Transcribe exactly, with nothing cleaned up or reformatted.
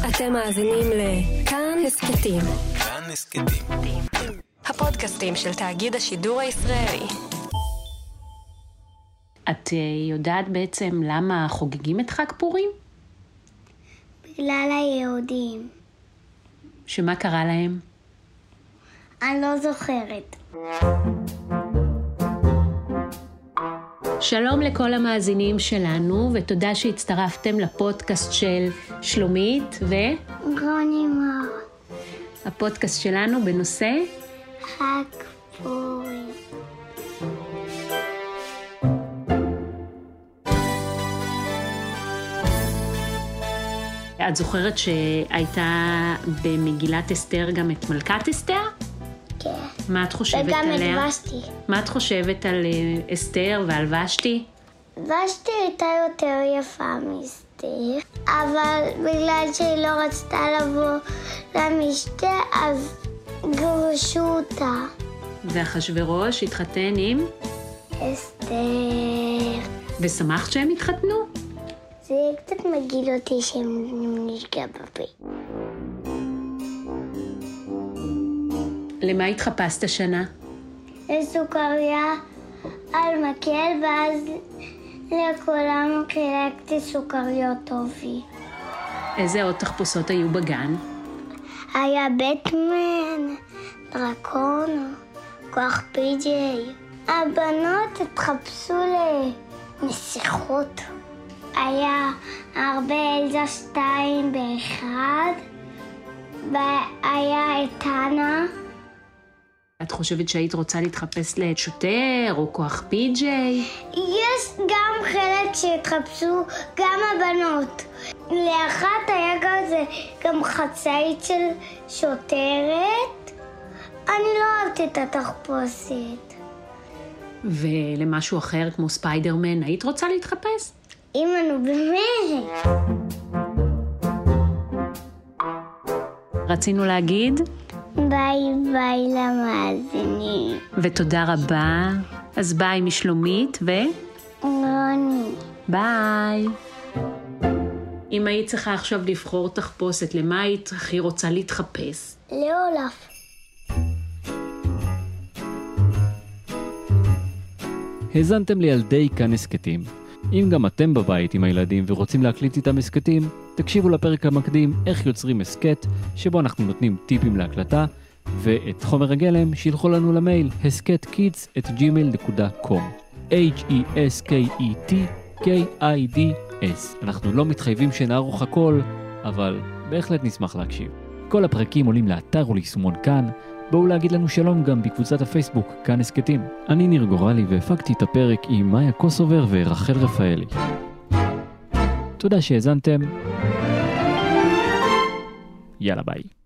אתם מאזינים לכאן הסכתים. כאן הסכתים. הפודקאסטים של תאגיד השידור הישראלי. את יודעת בעצם למה חוגגים את חג פורים? בגלל היהודים. שמה קרה להם? אני לא זוכרת. שלום לכל המאזינים שלנו, ותודה שהצטרפתם לפודקאסט של שלומית ו... רוני מור. הפודקאסט שלנו בנושא... חג פורים. את זוכרת שהייתה במגילת אסתר גם את מלכת אסתר? כן. מה את חושבת וגם עליה? וגם את ושתי. מה את חושבת על אסתר ועל ושתי? ושתי הייתה יותר יפה מאסתר, אבל בגלל שהיא לא רצתה לבוא למשתה, אז גרשו אותה. ואחשוורוש התחתן עם? אסתר. ושמחת שהם התחתנו? זה קצת מגיל אותי שהם נשגע בפה. למה התחפשת השנה? לסוכריה על מקל, ואז לכולם חילקתי סוכריות טובי. איזה עוד תחפושות היו בגן? היה בטמן, דרקון, כוח פי-ג'יי. הבנות התחפשו לנסיכות. היה הרבה אלזה שתיים באחד, והיה את טאנה. את חושבת שהיית רוצה להתחפש לשוטר או כוח פי-ג'יי? יש גם חלק שהתחפשו גם הבנות. לאחת היה כזה גם חצאית של שוטרת. אני לא אהבתי את התחפושת. ולמשהו אחר כמו ספיידרמן, היית רוצה להתחפש? אימנו, באמת. רצינו להגיד? ביי ביי למאזינים. ותודה רבה. אז ביי משלומית ו... רוני. ביי. אם היית צריכה עכשיו לבחור תחפושת, למה היית הכי רוצה להתחפש? לאולף. הזנתם לילדי כאן הסכתים. אם גם אתם בבית עם הילדים ורוצים להקליט איתם הסכתים, תקשיבו לפרק המקדים איך יוצרים הסכת, שבו אנחנו נותנים טיפים להקלטה, ואת חומר הגלם שילחו לנו למייל הסכת קידס את ג'ימייל דוט קום. H E S K E T K I D S. אנחנו לא מתחייבים שנערוך הכל, אבל בהחלט נשמח להקשיב. כל הפרקים עולים לאתר וליישומון כאן. בואו להגיד לנו שלום גם בקבוצת הפייסבוק כאן הסכתים. אני ניר גורלי והפקתי את הפרק עם מאיה קוסובר ורחל רפאלי. תודה שהזנתם. יאללה ביי.